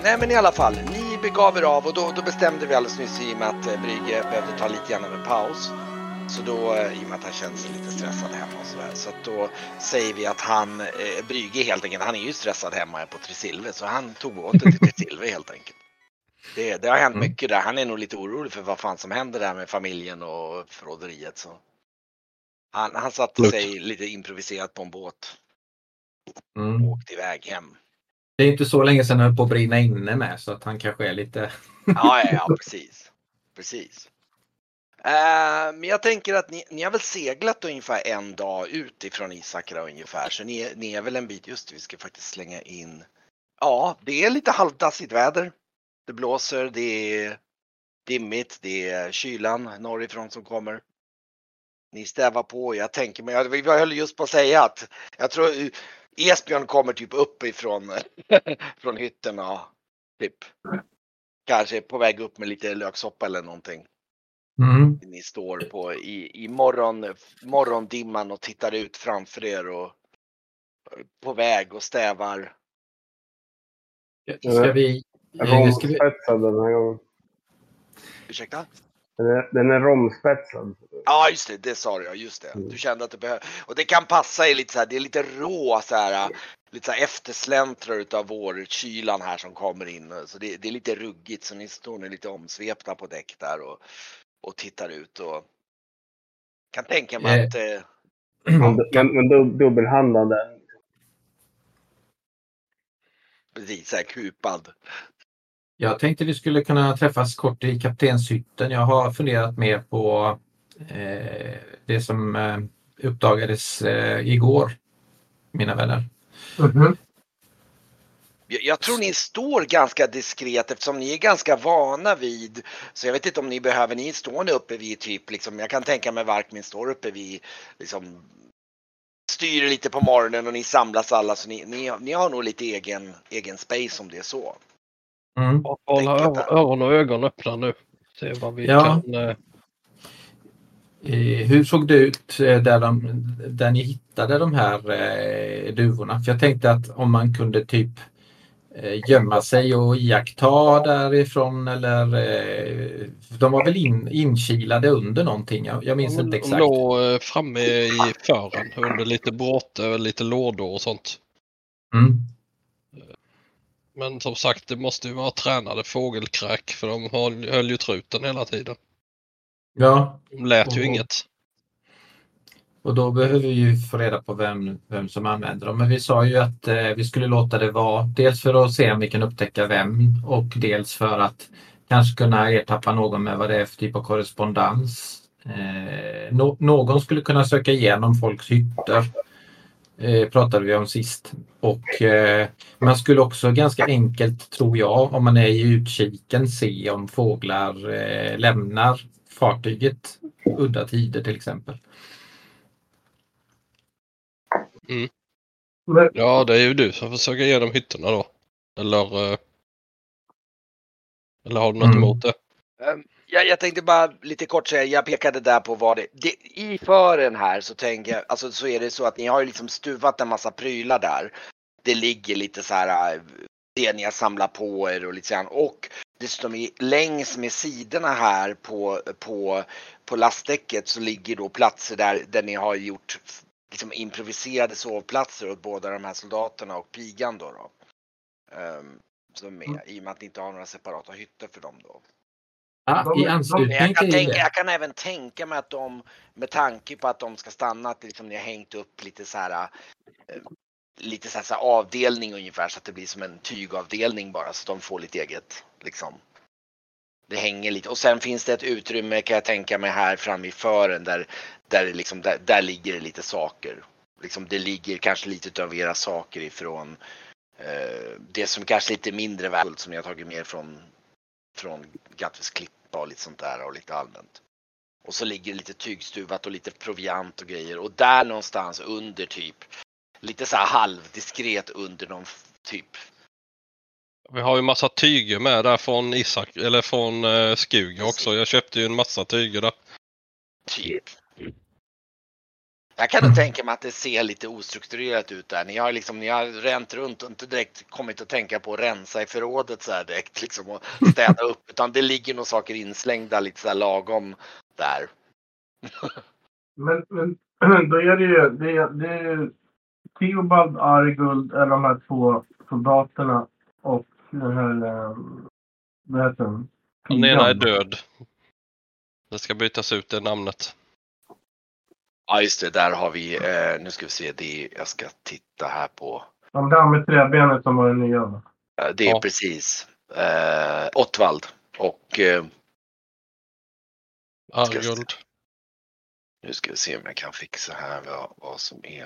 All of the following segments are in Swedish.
Nej, men i alla fall, ni begav er av och då bestämde vi alldeles nyss i och med att Brygge behövde ta lite grann av en paus. Så då, i och med att han känns lite stressad hemma och sådär, så att då säger vi att han, Brygge helt enkelt, han är ju stressad hemma på Tresilve, så han tog båten till Tresilve helt enkelt. Det har hänt mycket där, han är nog lite orolig för vad fan som händer där med familjen och förråderiet, så han satte sig lite improviserat på en båt och åkte iväg hem. Det är inte så länge sedan han höll på att brinna inne med, så att han kanske är lite... Ja, precis. Men jag tänker att ni har väl seglat ungefär en dag utifrån Isakra ungefär, så ni är väl en bit, just det, vi ska faktiskt slänga in. Ja, det är lite halvdassigt väder. Det blåser, det är dimmigt, det är kylan norrifrån som kommer. Ni stävar på, jag tänker mig, jag höll just på att säga att jag tror Esbjörn kommer typ uppifrån från hytterna, typ. Kanske på väg upp med lite löksoppa eller någonting. Ni står på i morgondimman och tittar ut framför er och på väg och stävar. Ska vi... Romspetsad den här gången. Ursäkta? Den är romspetsad. Ja, just det sa jag, just det. Du kände att det behöver, och det kan passa i lite så här, det är lite rå så här, lite så här eftersläntrar utav vårkylan här som kommer in, så det är lite ruggigt, så ni står nu lite omsvepta på däck där och tittar ut och kan tänka mig att men dubbelhandlade. Precis, så här kupad. Jag tänkte vi skulle kunna träffas kort i kaptenshytten. Jag har funderat mer på det som uppdagades igår, mina vänner. Jag tror ni står ganska diskret eftersom ni är ganska vana vid, så jag vet inte om ni står uppe vid typ liksom, jag kan tänka mig Varkmin står uppe vid liksom styr lite på morgonen och ni samlas alla, så ni har nog lite egen space om det är så. Hålla öron och ögon öppna nu. Se vad vi kan. Hur såg det ut där ni hittade de här duvorna? För jag tänkte att om man kunde typ gömma sig och iaktta därifrån, eller de var väl inkilade under någonting, jag minns inte exakt. De låg framme i fören under lite bråte och lite lådor och sånt. Men som sagt, det måste ju vara tränade fågelkräk, för de höll ju truten hela tiden. Ja. De lät ju inget. Och då behöver vi ju få reda på vem som använder dem. Men vi sa ju att vi skulle låta det vara, dels för att se om vi kan upptäcka vem, och dels för att kanske kunna ertappa någon med vad det är för typ av korrespondens. Någon skulle kunna söka igenom folks hytter. Pratade vi om sist, och man skulle också ganska enkelt, tror jag, om man är i utkiken, se om fåglar lämnar fartyget udda tider till exempel. Ja, det är ju du som försöker igenom hytterna då, eller har du något emot det? Jag tänkte bara lite kort säga, jag pekade där på vad det i fören här, så tänker jag, alltså så är det så att ni har ju liksom stuvat en massa prylar där. Det ligger lite så här, det ni har samlat på er och lite sådär, och dessutom längs med sidorna här på lastdäcket så ligger då platser där ni har gjort liksom improviserade sovplatser åt båda de här soldaterna och pigan då. Som är, i och med att ni inte har några separata hytter för dem då. I anslutning till det. Jag kan även tänka mig att de, med tanke på att de ska stanna, att liksom ni har hängt upp lite så här avdelning ungefär, så att det blir som en tygavdelning bara, så att de får lite eget liksom. Det hänger lite, och sen finns det ett utrymme, kan jag tänka mig, här fram i fören där ligger det lite saker. Liksom det ligger kanske lite av era saker ifrån det som kanske lite mindre värdefullt som ni har tagit med från Gatvis klippa och lite sånt där och lite allmänt. Och så ligger det lite tygstuvat och lite proviant och grejer, och där någonstans under typ lite så här halvdiskret under någon typ. Vi har ju massa tyger med där från Isak, eller från Skug också. Jag köpte ju en massa tyger där. Typ. Jag kan nog tänka mig att det ser lite ostrukturerat ut där. Ni har ränt runt och inte direkt kommit att tänka på att rensa i förrådet så här direkt liksom och städa upp. Utan det ligger nog saker inslängda lite så här lagom där. Men då är det ju det är Theobald, Arguld är de här 2 soldaterna och den här vad heter den? Den ena är död. Det ska bytas ut det namnet. Ja just det, där har vi, nu ska vi se, jag ska titta här på. Ja, det här med träbenet som var den nya. Det är precis Ottvald och Arguld. Nu ska vi se om jag kan fixa här vad som är.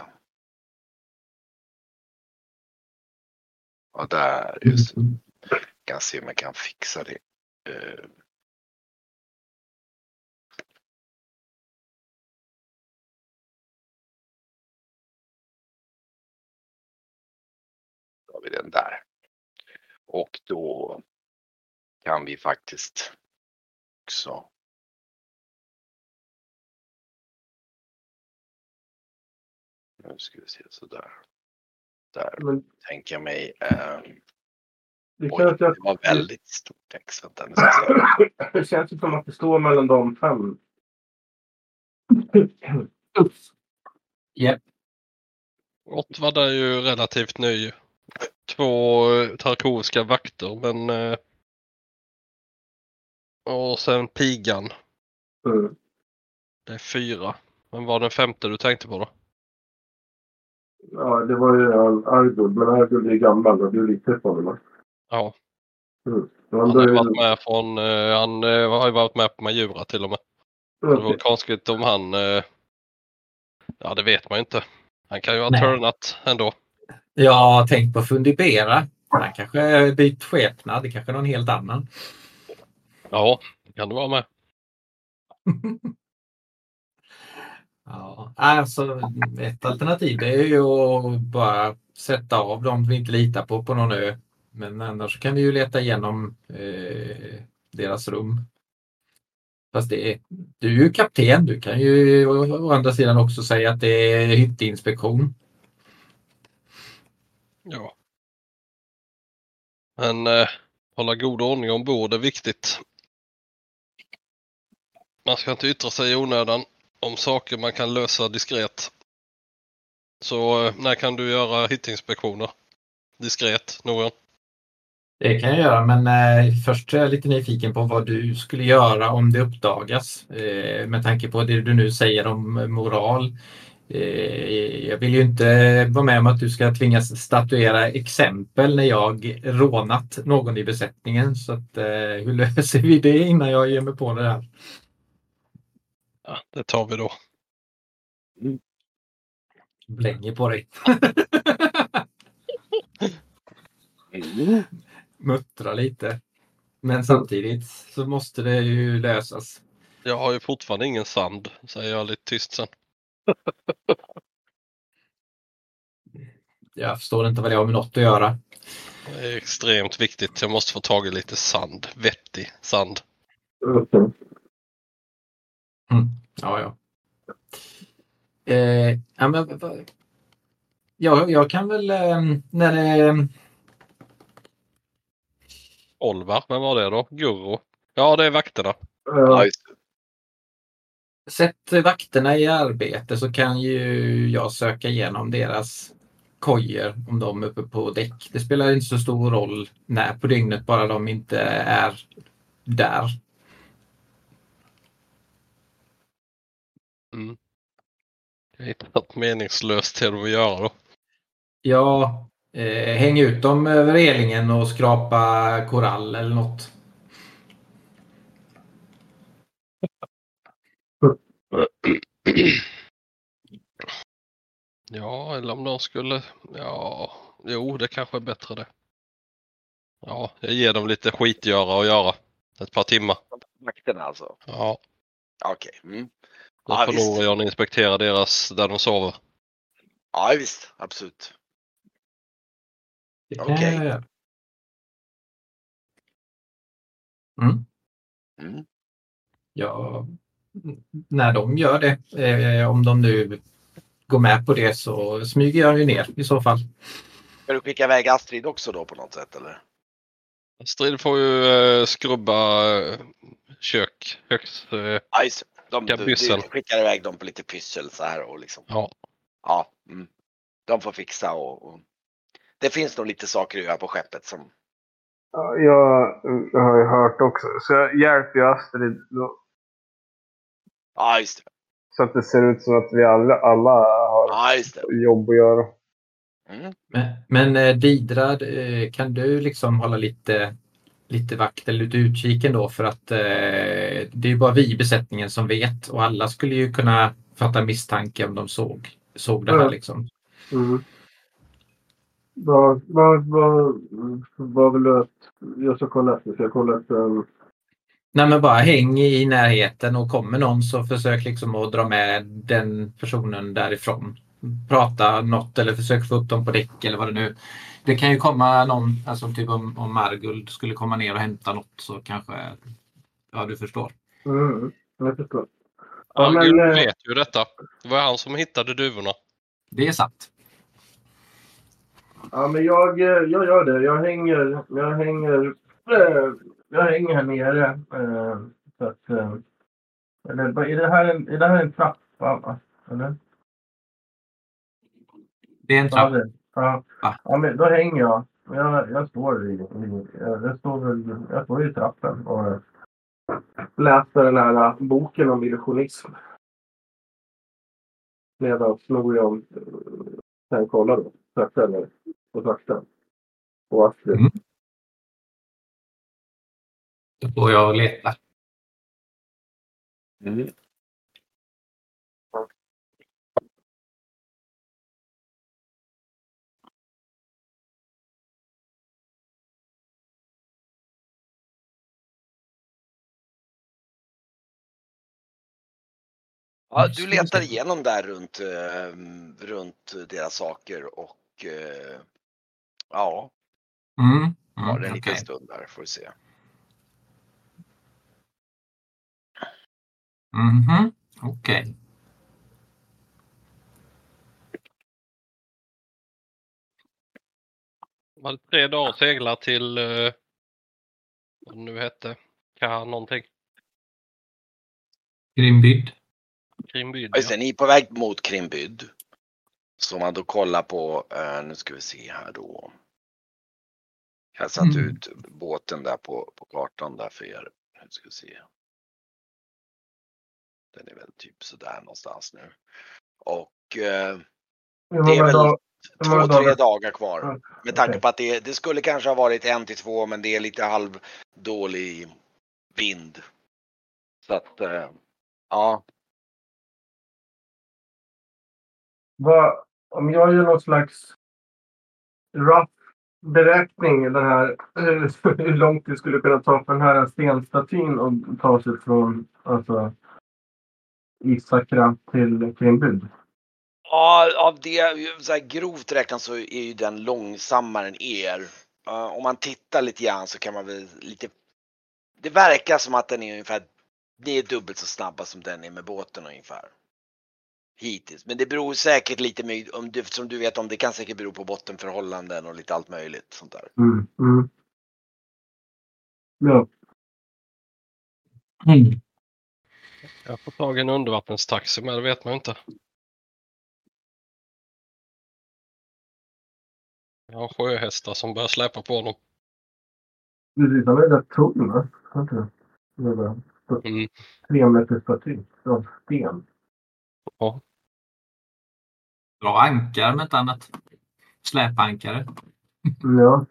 Ja, där just. Jag kan se om jag kan fixa det. Då har vi den där. Och då kan vi faktiskt också. Nu ska vi se sådär. Där tänker jag mig. Det var väldigt stort text. Vänta, nu ska jag se. Det känns ju som att det står mellan de 5. Yep. Ottvald är ju relativt ny. 2 tarkoviska vakter, men och sen pigan. Det är 4. Men var den 5:e du tänkte på då? Ja, det var ju Arguld, men Arguld är gammal och du litar på honom. Ja. Han har ju varit med han har ju varit med på Majura till och med. Det var konstigt om han ja, det vet man ju inte. Han kan ju ha turnat ändå. Jag har tänkt på Fundibera. Han kanske bytt skepnad. Det kanske är någon helt annan. Ja, det kan det vara med. Ja, alltså ett alternativ är ju att bara sätta av dem vi inte litar på någon ö. Men annars kan vi ju leta igenom deras rum. Fast du är ju kapten. Du kan ju å andra sidan också säga att det är hyttinspektion. Ja. Men hålla god ordning ombord är viktigt. Man ska inte yttra sig i onödan om saker man kan lösa diskret. Så när kan du göra hittinspektioner? Diskret, någon? Det kan jag göra, men först är jag lite nyfiken på vad du skulle göra om det uppdagas. Med tanke på det du nu säger om moral. Jag vill ju inte vara med om att du ska tvingas statuera exempel när jag rånat någon i besättningen. Så att, hur löser vi det innan jag ger mig på det här? Ja, det tar vi då. Blänger på dig. Muttra lite. Men samtidigt så måste det ju lösas. Jag har ju fortfarande ingen sand, säger jag lite tyst sen. Jag förstår inte vad det har med något att göra. Det är extremt viktigt. Jag måste få tag i lite sand. Vettig sand. Ja. Ja, men, jag kan väl när det... Olvar, vem var det då? Gurro. Ja, det är vakterna. Ja, just det. Sätt vakterna i arbete så kan ju jag söka igenom deras kojer om de är uppe på däck. Det spelar inte så stor roll när på dygnet, bara de inte är där. Jag har hittat något meningslöst till att göra då. Ja, häng ut dem över relingen och skrapa korall eller något. Ja, eller om de skulle... Ja, jo, det kanske är bättre det. Ja, jag ger dem lite skitgöra och göra. Ett par timmar. Vakterna alltså? Ja. Okej. Då får nog jag inspektera deras där de sover. Ja, visst. Absolut. Okej. Ja, när de gör det, om de nu går med på det så smyger jag ju ner i så fall. Ska du skicka iväg Astrid också då på något sätt eller? Astrid får ju skrubba kök högst. Du skickar iväg dem på lite pyssel så här och liksom. Ja. De får fixa och det finns nog lite saker att göra på skeppet som. Ja, jag har ju hört också. Så jag hjälper ju Astrid då. Ja, just det. Så att det ser ut som att vi alla har jobb att göra. Mm. Men Didra, kan du liksom hålla lite vakt eller lite utkik ändå, för att det är ju bara vi i besättningen som vet, och alla skulle ju kunna fatta misstanke om de såg det här liksom. Mm. Vad vill du att jag ska kolla efter? Ska jag kolla efter? Nej, men bara häng i närheten, och kommer någon så försök liksom att dra med den personen därifrån. Prata något eller försök få upp dem på däck eller vad det nu. Det kan ju komma någon, alltså typ om Marguld skulle komma ner och hämta något, så kanske, ja, du förstår. Jag förstår. Marguld vet ju detta. Det var han som hittade duvorna. Det är sant. Ja, men jag gör det. Jag hänger här nere. Så att, är det här en trappa? Eller? Det är en trappa. Ja, men då hänger jag. Jag står i trappen och läser den här boken om illusionism. Medan Snorion kan kolla då. Sakta. Och Astrid. Då får jag leta. Ja, du letar igenom där runt deras saker och har en liten stund där, får vi se. Okej. Var det 3 dagar att segla till vad det nu hette? Någonting. Krimbyd. Just det, ni är på väg mot Krimbyd. Så man då kollar på, nu ska vi se här då. Jag har satt ut båten där på kartan där för er. Nu ska vi se. Den är väl typ sådär någonstans nu. Och det är väl 2-3 dagar kvar. Med tanke på att det skulle kanske ha varit 1 till 2, men det är lite halvdålig vind. Så att, ja. Om jag gör någon slags rough beräkning, den här, hur långt det skulle kunna ta för den här stenstatyn och ta sig från Isakra till Krimbyd? Ja, av det så här grovt räknat så är ju den långsammare än er. Om man tittar lite grann så kan man väl det verkar som att den är ungefär, ni är dubbelt så snabba som den är med båten ungefär. Hittills. Men det beror säkert lite mycket, som du vet om, det kan säkert bero på bottenförhållanden och lite allt möjligt sånt där. Ja. Jag får tag i en undervattenstaxi, men det vet man inte. Jag har sjöhästar som börjar släpa på honom. Det är redan där tung, va? 3 meter staty av sten. Ja. Bra ankar med ett annat. Släpankare. Ja.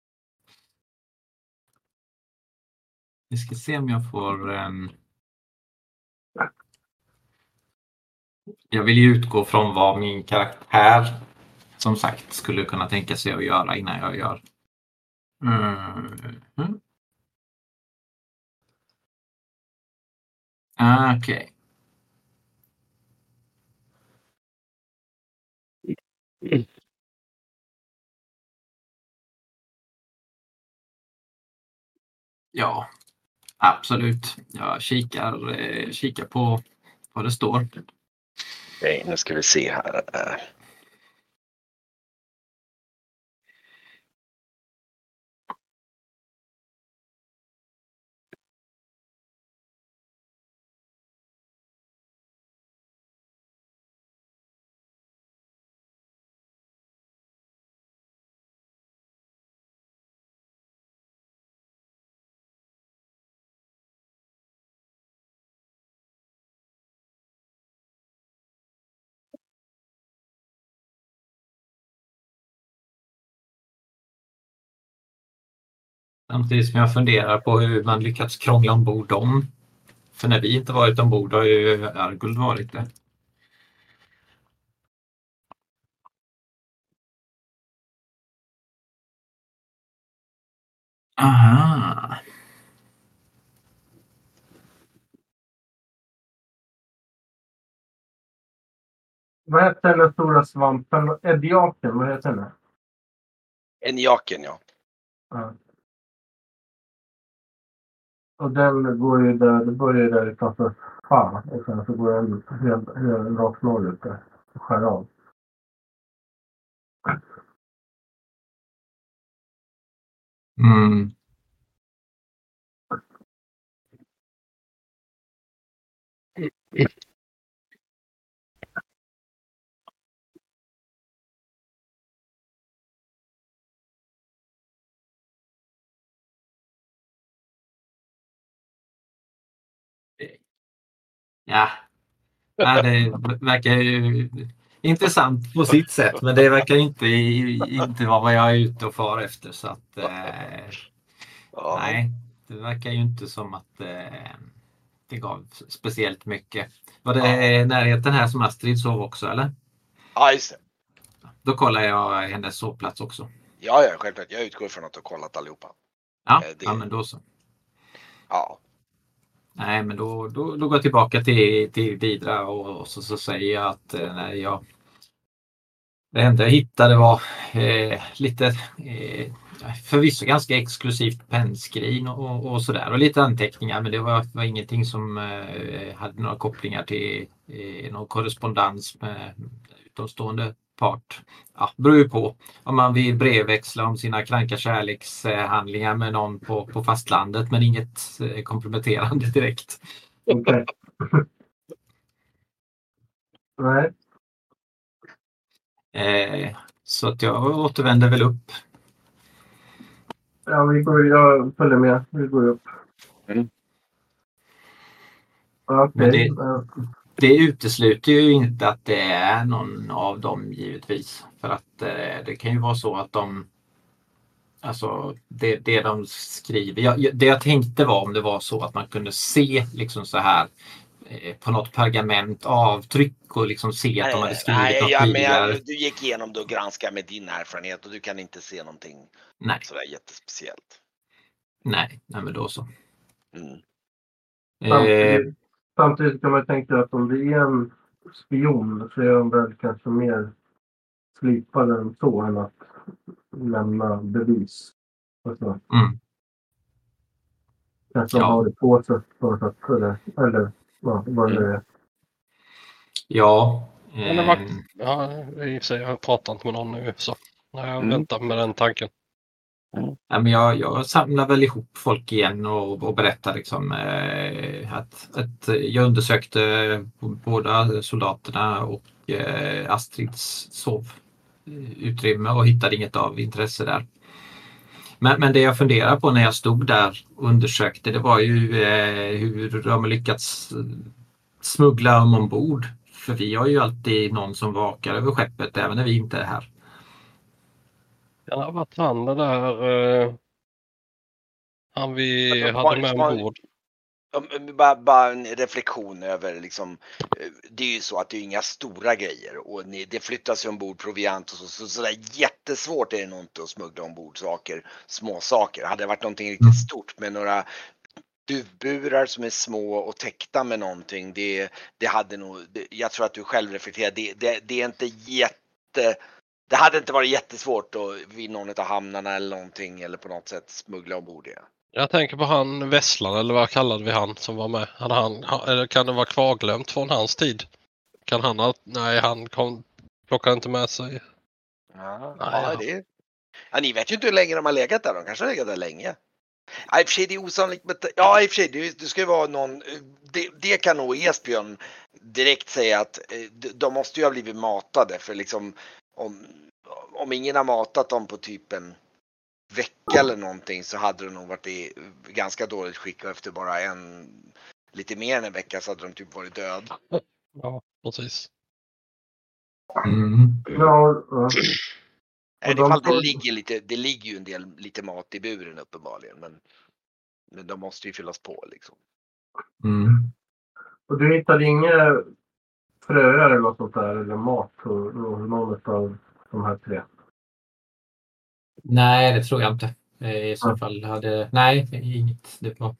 Vi ska se om jag får... Jag vill ju utgå från vad min karaktär som sagt skulle kunna tänka sig att göra innan jag gör. Okej. Ja, absolut. Jag kikar på vad det står. Okej, nu ska vi se här. Samtidigt som jag funderar på hur man lyckats krångla ombord dem. För när vi inte varit ombord har ju Arguld varit det. Aha. Vad heter den stora svampen? Ediaken, vad heter den? Eniaken, ja. Ja. Och den går ju där, det börjar ju där utanför fan. Och sen så går den helt rakt norrut där. Och skär av. Mm. Ja, det verkar ju intressant på sitt sätt, men det verkar inte vara vad jag är ute och far efter. Så att, nej, det verkar ju inte som att det gav speciellt mycket. Var det närheten här som Astrid sov också, eller? Ja, just det. Då kollar jag hennes sovplats också. Ja, självklart. Jag utgår från att du har kollat allihopa. Ja, ja men då så. Ja. Nej, men då går jag tillbaka till Didra och så säger jag att det enda jag hittade var lite förvisso ganska exklusivt pennskrin och sådär och lite anteckningar, men det var ingenting som hade några kopplingar till någon korrespondens med utomstående part. Ja, beror ju på om man vill brevväxla om sina kranka kärlekshandlingar med någon på fastlandet, men inget komprometterande direkt. Okej. Nej. Så att jag återvänder väl upp. Ja, jag följer med. Vi går upp. Mm. Okej. Men det utesluter ju inte att det är någon av dem givetvis. För att det kan ju vara så att det de skriver. Det jag tänkte var om det var så att man kunde se liksom så här på något pergament avtryck och liksom se att de hade skrivit något tidigare. Men du gick igenom det och granskade med din erfarenhet och du kan inte se någonting sådär jättespeciellt. Nej, men då så. Mm. Samtidigt kan man tänka att om det är en spion så är de väl kanske mer slipade än så än att lämna bevis. Alltså. Kanske de har det på sig för att eller vad det är. Ja. I och för sig, jag pratar inte med någon nu så jag väntar med den tanken. Ja, men jag samlar väl ihop folk igen och berättar liksom, att jag undersökte båda soldaterna och Astrids sovutrymme och hittade inget av intresse där. Men det jag funderar på när jag stod där och undersökte, det var ju hur de lyckats smuggla dem ombord. För vi har ju alltid någon som vakar över skeppet även när vi inte är här. Ja, det har varit han det där han vi hade med ombord. Bara en reflektion över liksom, det är ju så att det är inga stora grejer och det flyttas ju ombord proviant och så där jättesvårt är det nog inte att smuggla ombord saker, små saker. Hade det varit någonting riktigt stort med några duvburar som är små och täckta med någonting, det hade nog, jag tror att du själv reflekterar, det är inte det hade inte varit jättesvårt att vid någon av hamnarna eller någonting eller på något sätt smuggla ombord det. Jag tänker på han Vesslan, eller vad kallade vi han som var med? Eller kan det vara kvarglömt från hans tid? Kan han nej, han plockar inte med sig. Ja, det. Ja, ni vet ju inte hur länge de har legat där. De kanske har legat där länge. Ja, i och för sig det är osannolikt. Ja, i och för sig det ska ju vara någon. Det kan nog Esbjörn direkt säga att de måste ju ha blivit matade. För liksom om ingen har matat dem på typ en vecka eller någonting så hade de nog varit i ganska dåligt skick. Och efter bara lite mer än en vecka så hade de typ varit död. Ja, precis. Ja. I alla fall det ligger ju en del lite mat i buren uppenbarligen. Men de måste ju fyllas på liksom. Och du hittade inga fröer eller något sånt där eller mat hos någon av de här 3? Nej, det tror jag inte. I så fall nej, inget.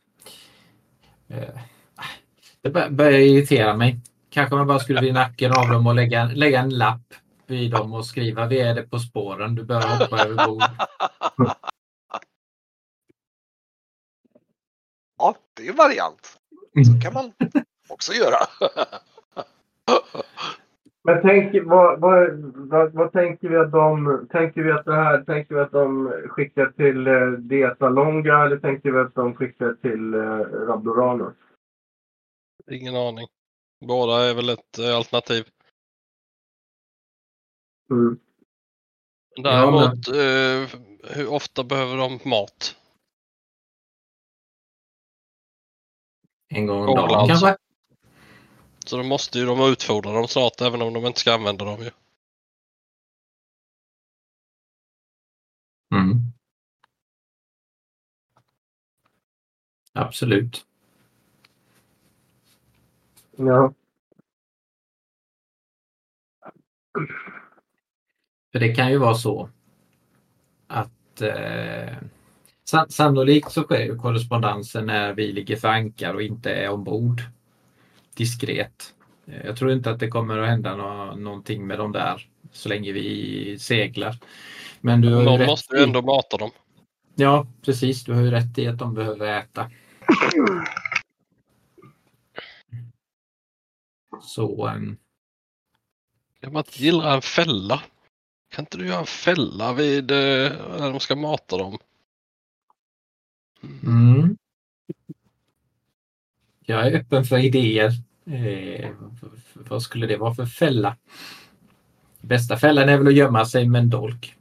Det börjar irritera mig. Kanske man bara skulle vid nacken av dem och lägga en lapp vid dem och skriva vi är det på spåren. Du bör hoppa över bord. Ja, det är en variant. Så kan man också göra. Men vad tänker vi att tänker vi att de skickar till Dieta Longa eller tänker vi att de skickar till Rabdorano? Ingen aning. Båda är väl ett alternativ. Däremot, hur ofta behöver de mat? En gång om dagen kanske? Så då måste ju de utfodra dem snart även om de inte ska använda dem ju. Absolut. Ja. För det kan ju vara så att sannolikt så sker ju korrespondensen när vi ligger för ankar och inte är ombord diskret. Jag tror inte att det kommer att hända någonting med dem där så länge vi seglar. Men du har någon måste ju ändå mata dem. Ja, precis. Du har ju rätt i att de behöver äta. Så... Jag gillar en fälla. Kan inte du göra en fälla vid när de ska mata dem? Jag är öppen för idéer. Vad skulle det vara för fälla? Bästa fällan är väl att gömma sig med en dolk.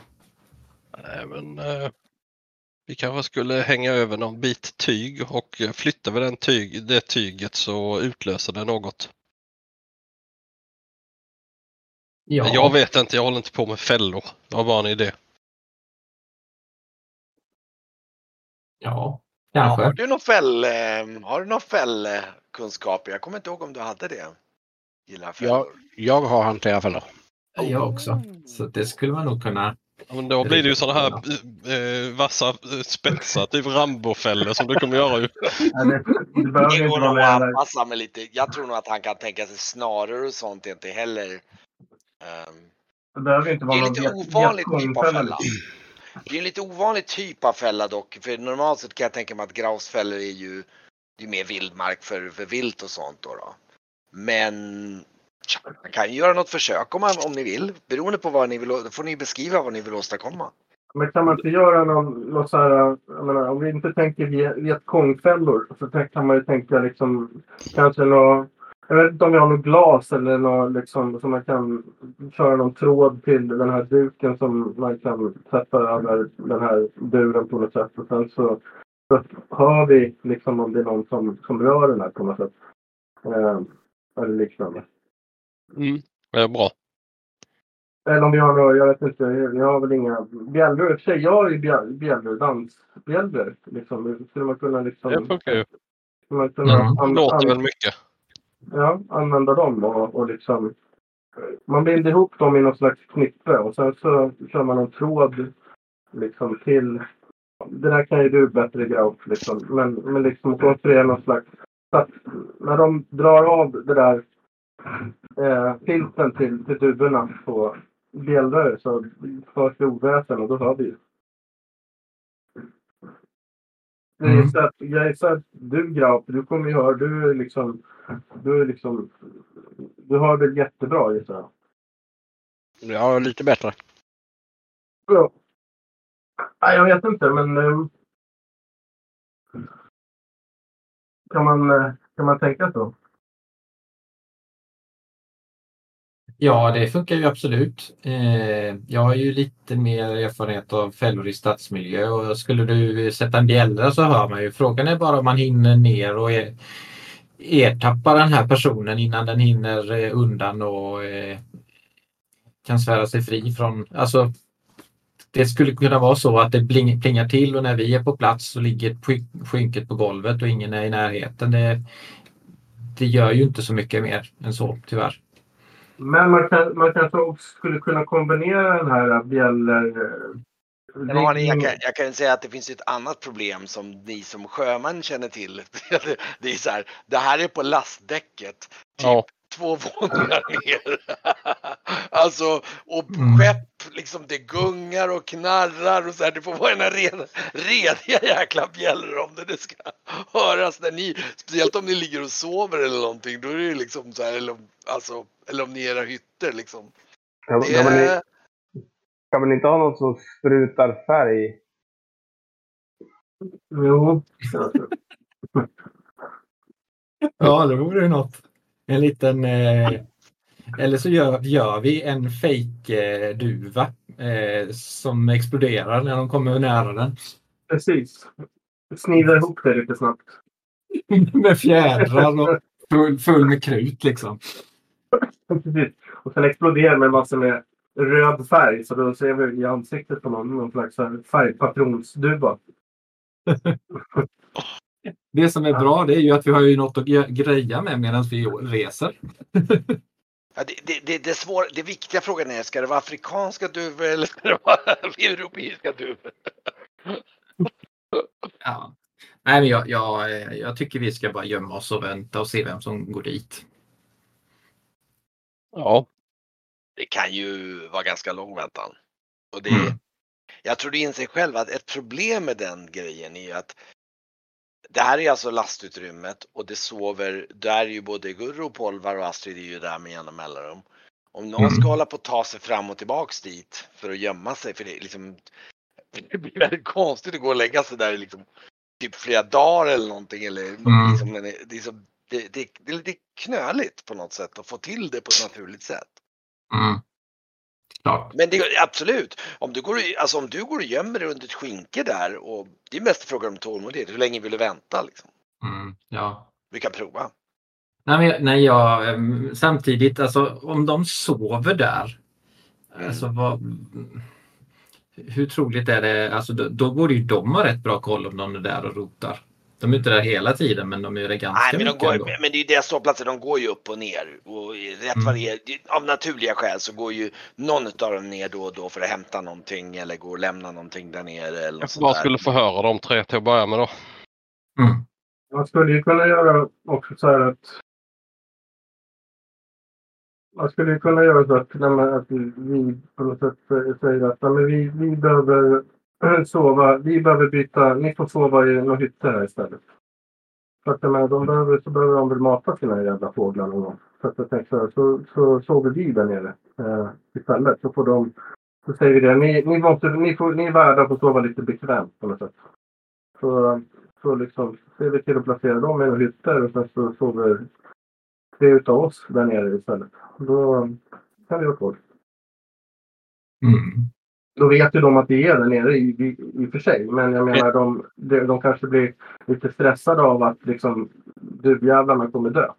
Men vi kanske skulle hänga över någon bit tyg och flytta med det tyget så utlöser det något. Ja. Jag vet inte, jag håller inte på med fällor. Jag har bara en idé. Ja, kanske. Ja, har du någon fällkunskap? Jag kommer inte ihåg om du hade det. Gillar fällor. Jag har hanterat fällor. Jag också. Så det skulle man nog kunna... Ja, men då blir det ju sådana här vassa spetsar, typ Rambo-fällor som du kommer göra ju. Det behöver inte vara med passa med lite. Jag tror nog att han kan tänka sig snarare och sånt inte heller. Det behöver inte vara det är lite ovanlig typ av fälla. Det är en lite ovanlig typ av fälla dock. För normalt sett kan jag tänka mig att grousefällor är ju mer vildmark för vilt och sånt då. Men man kan ju göra något försök om ni vill. Beroende på vad ni vill, får ni beskriva vad ni vill åstadkomma. Men kan man inte göra något så här, jag menar, om vi inte tänker vietkongfällor så kan man ju tänka liksom kanske något, jag vet inte om vi har något glas eller något liksom som man kan köra någon tråd till den här duken som man kan sätta över den här buren på något sätt och sen så hör vi liksom om det är någon som rör den här på något sätt. Eller liknande. Det är bra. Eller om vi har några, jag vet inte, vi har väl inga bjällror. I och för sig, jag har ju bjällror, dansbjällror. Liksom. Skulle man kunna liksom... Det funkar ju. Det låter väl mycket. Ja, använda dem och liksom... Man binder ihop dem i någon slags knippe och sen så kör man en tråd liksom till... Det där kan ju du bättre Grauf liksom. Men liksom konstruera någon slags... Så att när de drar av det där filten till duvorna på bjällror så förs det oväsen och då hör vi ju. Jag är så att du Grauf, du kommer ju höra, du är liksom Du har det jättebra just nu. Ja, lite bättre. Ja. Nej, jag vet inte, men kan man tänka så? Ja, det funkar ju absolut. Jag har ju lite mer erfarenhet av fällor i stadsmiljö och skulle du sätta en bjällra så hör man ju. Frågan är bara om man hinner ner och ertappa den här personen innan den hinner undan och kan svära sig fri från... Alltså, det skulle kunna vara så att det plingar till och när vi är på plats så ligger skynket på golvet och ingen är i närheten. Det gör ju inte så mycket mer än så, tyvärr. Men man kanske också skulle kunna kombinera den här bjäller... Jag kan säga att det finns ett annat problem som ni som sjömän känner till. Det är så här, det här är på lastdäcket. Typ 2 våningar ner. Alltså, och skepp, liksom det gungar och knarrar och så här. Det får vara en rediga jäkla bjällror om det ska höras när ni, speciellt om ni ligger och sover eller någonting. Då är det liksom så här, eller om ni är era hytter liksom. Kan man inte ha något som sprutar färg? Jo. Ja, det vore ju något. En liten... eller så gör vi en fake duva som exploderar när de kommer nära den. Precis. Snida ihop det lite snabbt. Med fjädrar och full med krut liksom. Precis. Och sen exploderar med massor med röd färg. Så då ser vi i ansiktet på någon slags färgpatronsduva. Det som är bra det är ju att vi har ju något att greja med medan vi reser. Ja, det viktiga frågan är, ska det vara afrikanska duvor eller ska det vara europeiska duvor? Ja. Nej, men jag tycker vi ska bara gömma oss och vänta och se vem som går dit. Ja. Det kan ju vara ganska lång väntan. Och jag tror du inser själv att ett problem med den grejen är ju att det här är alltså lastutrymmet och det sover, där är ju både Gurro och Polvar och Astrid är ju där med jämna mellanrum. Om någon ska hålla på att ta sig fram och tillbaks dit för att gömma sig, för det är liksom, det blir väldigt konstigt att gå och lägga sig där i liksom typ flera dagar eller någonting, eller liksom, det är lite knöligt på något sätt att få till det på ett naturligt sätt. Klart. Men det är absolut, om du går och gömmer dig under ett skynke där, och det är mest frågan om tålmodighet, hur länge vill du vänta liksom? Ja. Vi kan prova. Samtidigt, alltså om de sover där, alltså hur troligt är det, alltså då borde ju de ha rätt bra koll om de är där och rotar. De är inte där hela tiden, men de är det ganska mycket ändå. Men det är ju deras ståplatser, de går ju upp och ner. Och rätt vad det är, av naturliga skäl så går ju någon av dem ner då och då för att hämta någonting eller gå och lämna någonting där nere. Eller jag bara skulle förhöra de 3 till att börja med då. Man skulle ju kunna göra också så här att att vi på något sätt säger att vi behöver sova, vi behöver byta, ni får sova i några hytter här istället. Så att de behöver väl mata sina jävla fåglar någon gång. Så att jag tänkte så sover vi där nere istället. Så säger vi det, ni är värda på att sova lite bekvämt på något sätt. Så liksom ser vi till att placera dem i några hytter och sen så sover 3 utav oss där nere istället. Då kan det vara kvar. Då vet ju de att vi är där nere i för sig. Men jag menar, de kanske blir lite stressade av att liksom, duvjävlarna kommer dö.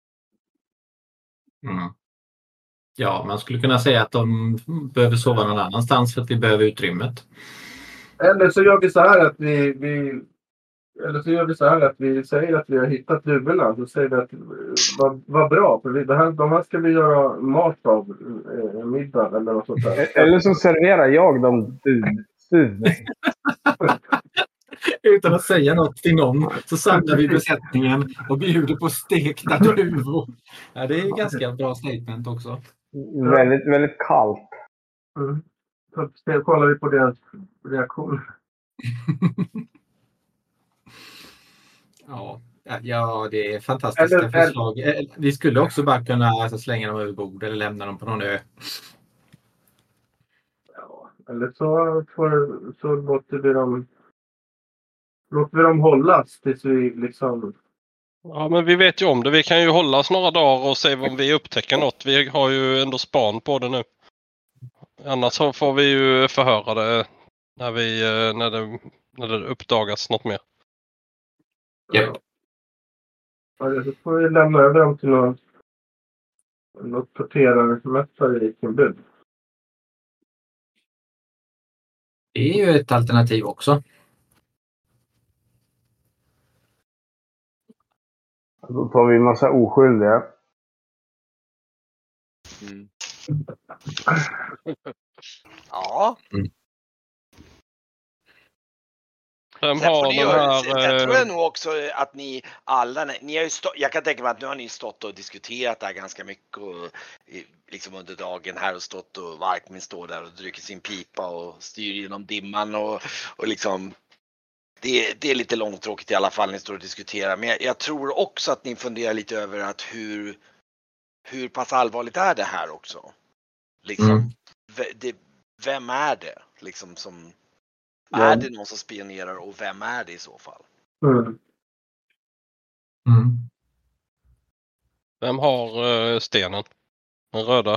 Ja, man skulle kunna säga att de behöver sova någon annanstans för att vi behöver utrymmet. Eller så gör vi så här att vi säger att vi har hittat duvorna. Så säger vi att vad bra, för de här ska vi göra mat av middag eller något sånt där. Eller så serverar jag dem duv. Utan att säga något till någon så samlar vi besättningen och bjuder på stekta duvor. Ja, det är ganska bra statement också. Väldigt, väldigt kallt. Så kollar vi på deras reaktion. Ja, Ja, det är fantastiska förslag. Vi skulle också bara kunna slänga dem över bord eller lämna dem på någon ö. Ja, eller så låter vi dem hållas tills vi liksom... Ja, men vi vet ju om det. Vi kan ju hållas några dagar och se om vi upptäcker något. Vi har ju ändå span på det nu. Annars så får vi ju förhöra det när det uppdagas något mer. Ja. Ja, så får vi lämna över dem till något torterarmästare i Kimbud. Det är ju ett alternativ också. Då tar vi en massa oskyldiga. Mm. Ja. Vem Sen får har ni den göra, här... sen tror jag nog också att ni alla, ni har ju jag kan tänka mig att nu har ni stått och diskuterat det här ganska mycket och liksom under dagen här och stått och Varkmin står där och dricker sin pipa och styr genom dimman och liksom det är lite långtråkigt i alla fall ni står och diskuterar, men jag tror också att ni funderar lite över att hur pass allvarligt är det här också? Liksom, vem är det liksom som... Ja. Är det någon som spionerar och vem är det i så fall? Vem har stenen? Den röda?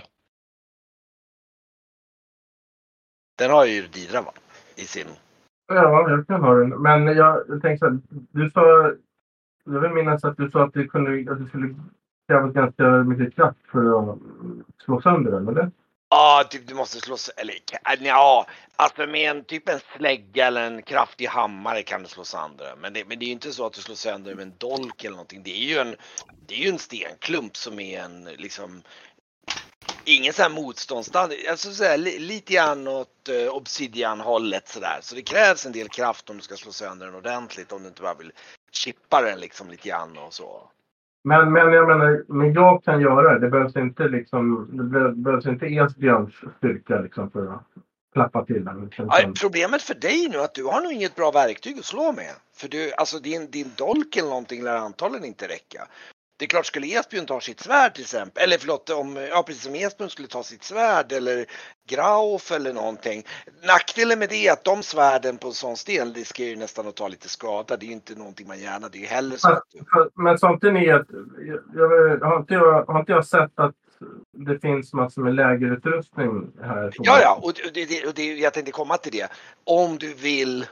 Den har ju Didra, va? I sin... Ja, jag kan ha den. Men jag tänkte så här, du sa... Jag vill minnas att du sa att det skulle krävas ganska mycket kraft för att slå sönder den, eller? Ja, du måste slå... Eller ja, alltså med typ en slägga eller en kraftig hammare kan du slå sönder. Men det är ju inte så att du slår sönder med en dolk eller någonting. Det är ju en stenklump som är en liksom... Ingen sån här motståndsstand, alltså såhär, lite grann åt obsidian-hållet sådär. Så det krävs en del kraft om du ska slå sönder den ordentligt, om du inte bara vill chippa den liksom lite grann och så. Men jag menar, men jag kan göra det. Det behövs inte liksom, det behövs inte Esbjörns styrka liksom för att klappa till den. Ja, problemet för dig nu är att du har nog inget bra verktyg att slå med. För du, alltså din dolk eller någonting lär antagligen inte räcka. Det är klart, skulle Esbjörn ta sitt svärd till exempel, eller förlåt, precis som Esbjörn skulle ta sitt svärd eller Grauf eller någonting. Nackdelen med det är att de svärden på en sån sten riskerar ju nästan att ta lite skada. Det är ju inte någonting man gärna, det är ju hellre så att... Men samtidigt är att, har inte jag sett att det finns massor med lägerutrustning här? Ja, och jag tänkte komma till det. Om du vill...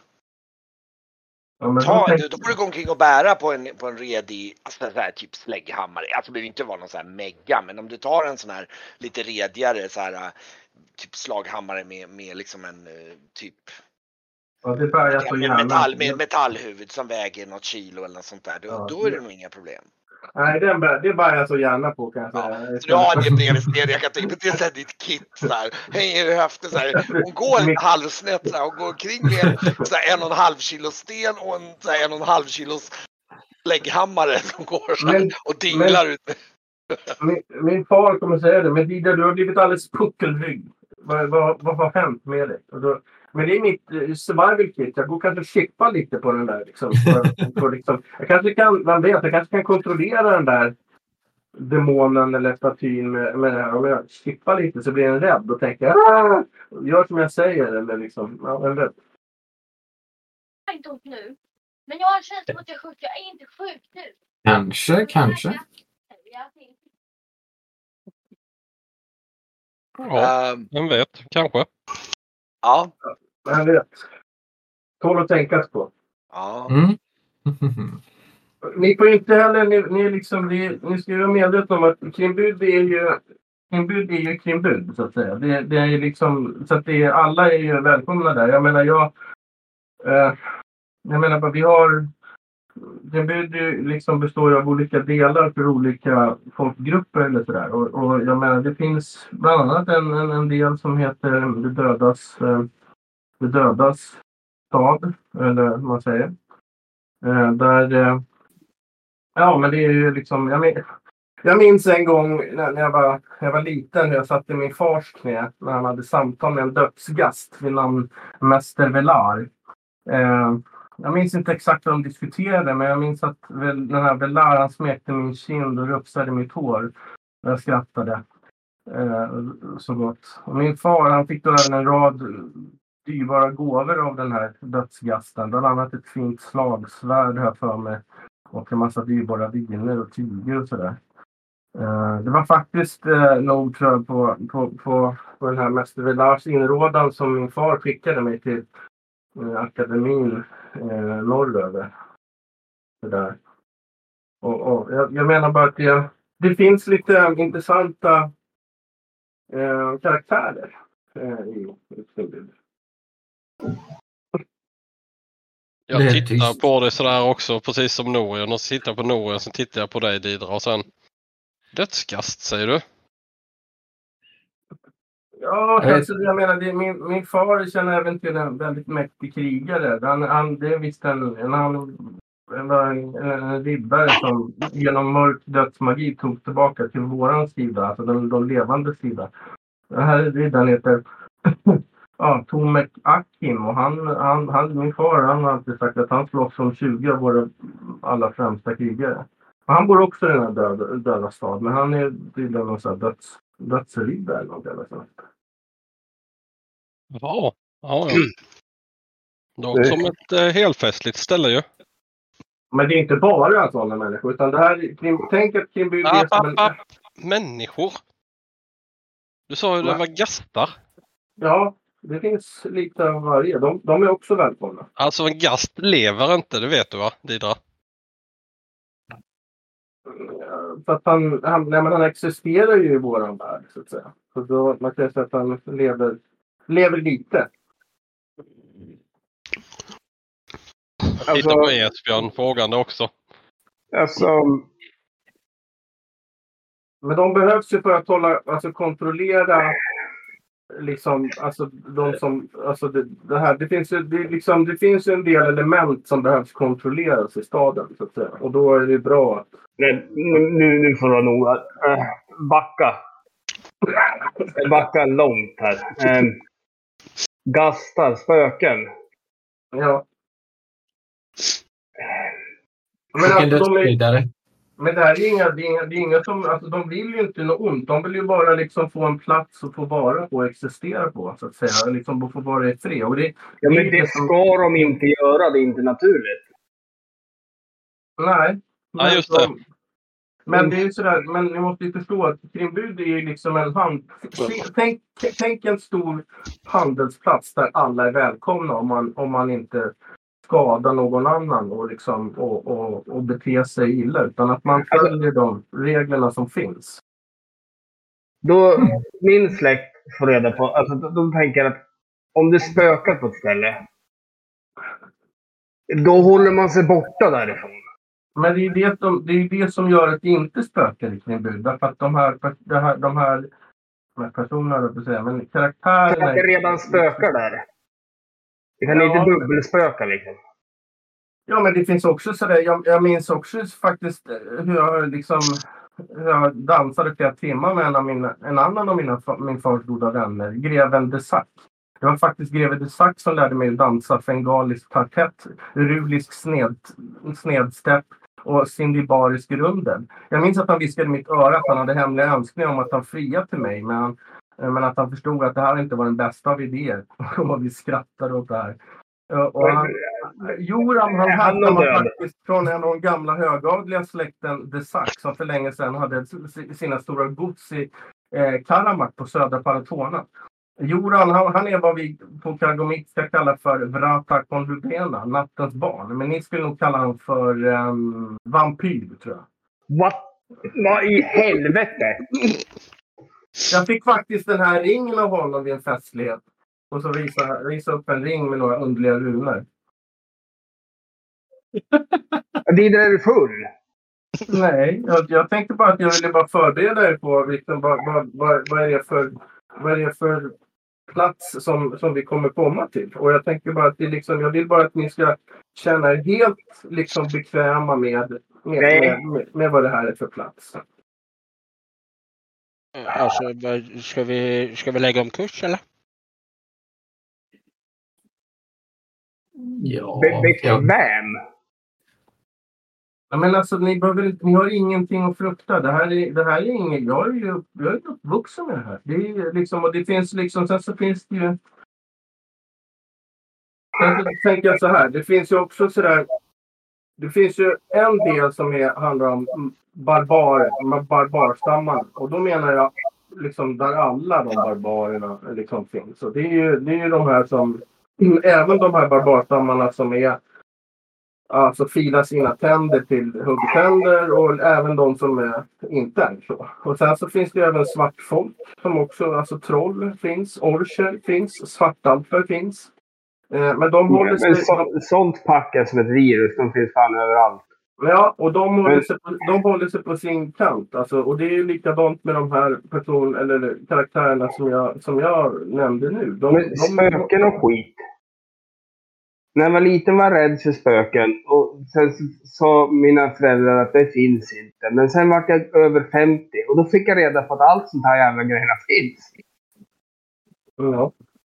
Ja, men då får du gå omkring och bära på en redig, alltså så här, typ slägghammare. Alltså det behöver inte vara någon så här mega, men om du tar en sån här lite redigare så här typ slaghammare med liksom en typ... Ja, det bär jag så gärna. Med metallhuvud som väger något kilo eller något sånt där. Då är det nog inga problem. Nej, det bär jag så gärna på kan jag säga. Så du har det bredvid, jag kan tänka på det ditt kit så här. Hänger i höften så här. Hon går halvsnett så här och går omkring med så här 1,5 kilo sten och en så här 1,5 kilos lägghammare som går så här och dinglar ut. Min far kommer säga det, men Dida, du har blivit alldeles puckelrygg. Vad har hänt med dig? Men det är mitt survival kit. Jag går kanske chippa lite på den där. Liksom, liksom. Jag kanske kan kontrollera den där demonen eller statyn med det här. Om jag chippar lite så blir den rädd och tänker gör som jag säger. Eller liksom, ja, en rädd. Jag är inte ont nu. Men jag har känt som att jag är sjuk. Jag är inte sjuk nu. Kanske. Ja, vem vet, kanske. Ja. Jag vet. Tål att tänkas på. Ja. Ni får inte heller, ni ska ju vara medvetna om att Kimbud är ju Kimbud så att säga. Det är ju liksom, så att alla är ju välkomna där. Jag menar vi har, Kimbud liksom består av olika delar för olika folkgrupper eller sådär. Och jag menar det finns bland annat en del som heter Det dödas stad, eller vad man säger. Där, ja men det är ju liksom, jag minns en gång när jag var liten, jag satt i min fars knä när han hade samtal med en dödsgast vid namn Mäster Velar. Jag minns inte exakt vad de diskuterade, men jag minns att den här Velar smekte min kind och rufsade mitt hår. Jag skrattade så gott. Och min far, han fick då även en rad dyrbara gåvor av den här dödsgasten. Bland annat ett fint slagsvärd här för mig. Och en massa dyrbara viner och tyger och sådär. Det var faktiskt nog, tror jag, på den här Mäster Velars inrådan som min far skickade mig till akademin norröver. Det där. Och jag menar bara att det finns lite intressanta karaktärer i Knimbud. Jag tittar på det sådär också, precis som Norion. Och så tittar jag på Norion, så tittar jag på dig, Didra, och sen dödsgast, säger du? Ja, alltså, jag menar, min far känner även till en väldigt mäktig krigare. Det är visst en riddare som genom mörk dödsmagi tog tillbaka till våran sida, alltså de levande sida. Den här riddaren heter Tomek Akim, och min far, han har alltid sagt att han slåss som 20 av våra allra främsta krigare. Och han bor också i den här döda stad, men han är tydligen någon sån här dödsriddare eller något eller sånt. Ja. Låter som ett helfestligt ställe ju. Men det är inte bara sådana människor, utan det här, tänk att Knimbud är som en... Människor? Du sa ju det var gastar. Ja, det finns lite av varje. De är också välkomna. Alltså en gast lever inte, det vet du va, Didra? För att han existerar ju i våran värld, så att säga. Så då man kan säga att han lever lite. Titta på Esbjörn, frågande också. Alltså... Men de behövs ju för att kontrollera liksom, alltså de som, alltså det här, det finns ju en del element som behövs kontrolleras i staden, så att säga. Och då är det bra att... Nu får jag nog backa långt här. Gastar, spöken. Ja. Men det här är inga som, alltså de vill ju inte något ont. De vill ju bara liksom få en plats och få vara på och existera på, så att säga. Liksom få vara i fred. Och men det ska de inte göra, det är inte naturligt. Nej. Ja, just det. Men det är ju sådär, men ni måste ju förstå att Knimbud är ju liksom tänk en stor handelsplats där alla är välkomna om man inte skada någon annan och liksom och bete sig illa, utan att man följer de reglerna som finns. Då min släkt får reda på, alltså de tänker att om det spökar på ett ställe, då håller man sig borta därifrån. Men det är det som gör att det inte spökar i Knimbud, därför att de här personerna, på säga, men karaktärerna... För att det redan spökar där. Det kan inte dubbelspöka liksom. Ja, men det finns också sådär, jag minns också faktiskt hur jag dansade flera timmar med en annan av min fars goda vänner, greven de Sac. Det var faktiskt greve de Sac som lärde mig att dansa fengalisk parkett, rulisk snedstepp och sindibarisk runden. Jag minns att han viskade i mitt öra att han hade hemliga önskningar om att han fria till mig, men att han förstod att det här inte var den bästa av idéer. Och vi skrattade åt det här. Och Joram, han härstammar faktiskt från en av de gamla högadliga släkten de Sac, som för länge sedan hade sina stora gods i Karamak på södra Paratona. Joran, han är vad vi på Kargomit ska kalla för Vrata Konlubena, nattens barn. Men ni skulle nog kalla honom för vampyr, tror jag. Vad i helvete? Jag fick faktiskt den här ringen av honom vid en festlighet. Och så visa upp en ring med några underliga runor. Det är du full? Nej, jag tänkte bara att jag ville bara förbereda er på liksom, vad är det för plats som vi kommer komma till. Och jag tänker bara att det liksom, jag vill bara att ni ska känna er helt liksom bekväma med vad det här är för plats. Alltså, ska vi lägga om kurs eller? Ja, Bekväm. Ja, men alltså, ni har ingenting att frukta. Det här är inget. Jag är ju uppvuxen med det här. Det är liksom, och det finns liksom, sen så finns det ju. Sen så tänker jag så här. Det finns ju också så där. Det finns ju en del som handlar om barbarstammarna. Och då menar jag liksom där alla de barbarerna liksom finns. Och det är ju de här som, även de här barbarstammarna som är, alltså filar sina tänder till huggtänder, och även de som inte är så. Och sen så finns det ju även svartfolk som också, alltså troll finns, orcher finns, svartalfer finns. Men de håller sig... Sånt packar som ett virus, de finns fan överallt. Ja, och de håller sig på sin kant. Alltså, och det är ju likadant med de här eller karaktärerna som jag nämnde nu. Spöken och skit. När jag var liten var jag rädd för spöken. Och sen sa mina föräldrar att det finns inte. Men sen var jag över 50. Och då fick jag reda på att allt sånt här jävla grejerna finns. Ja.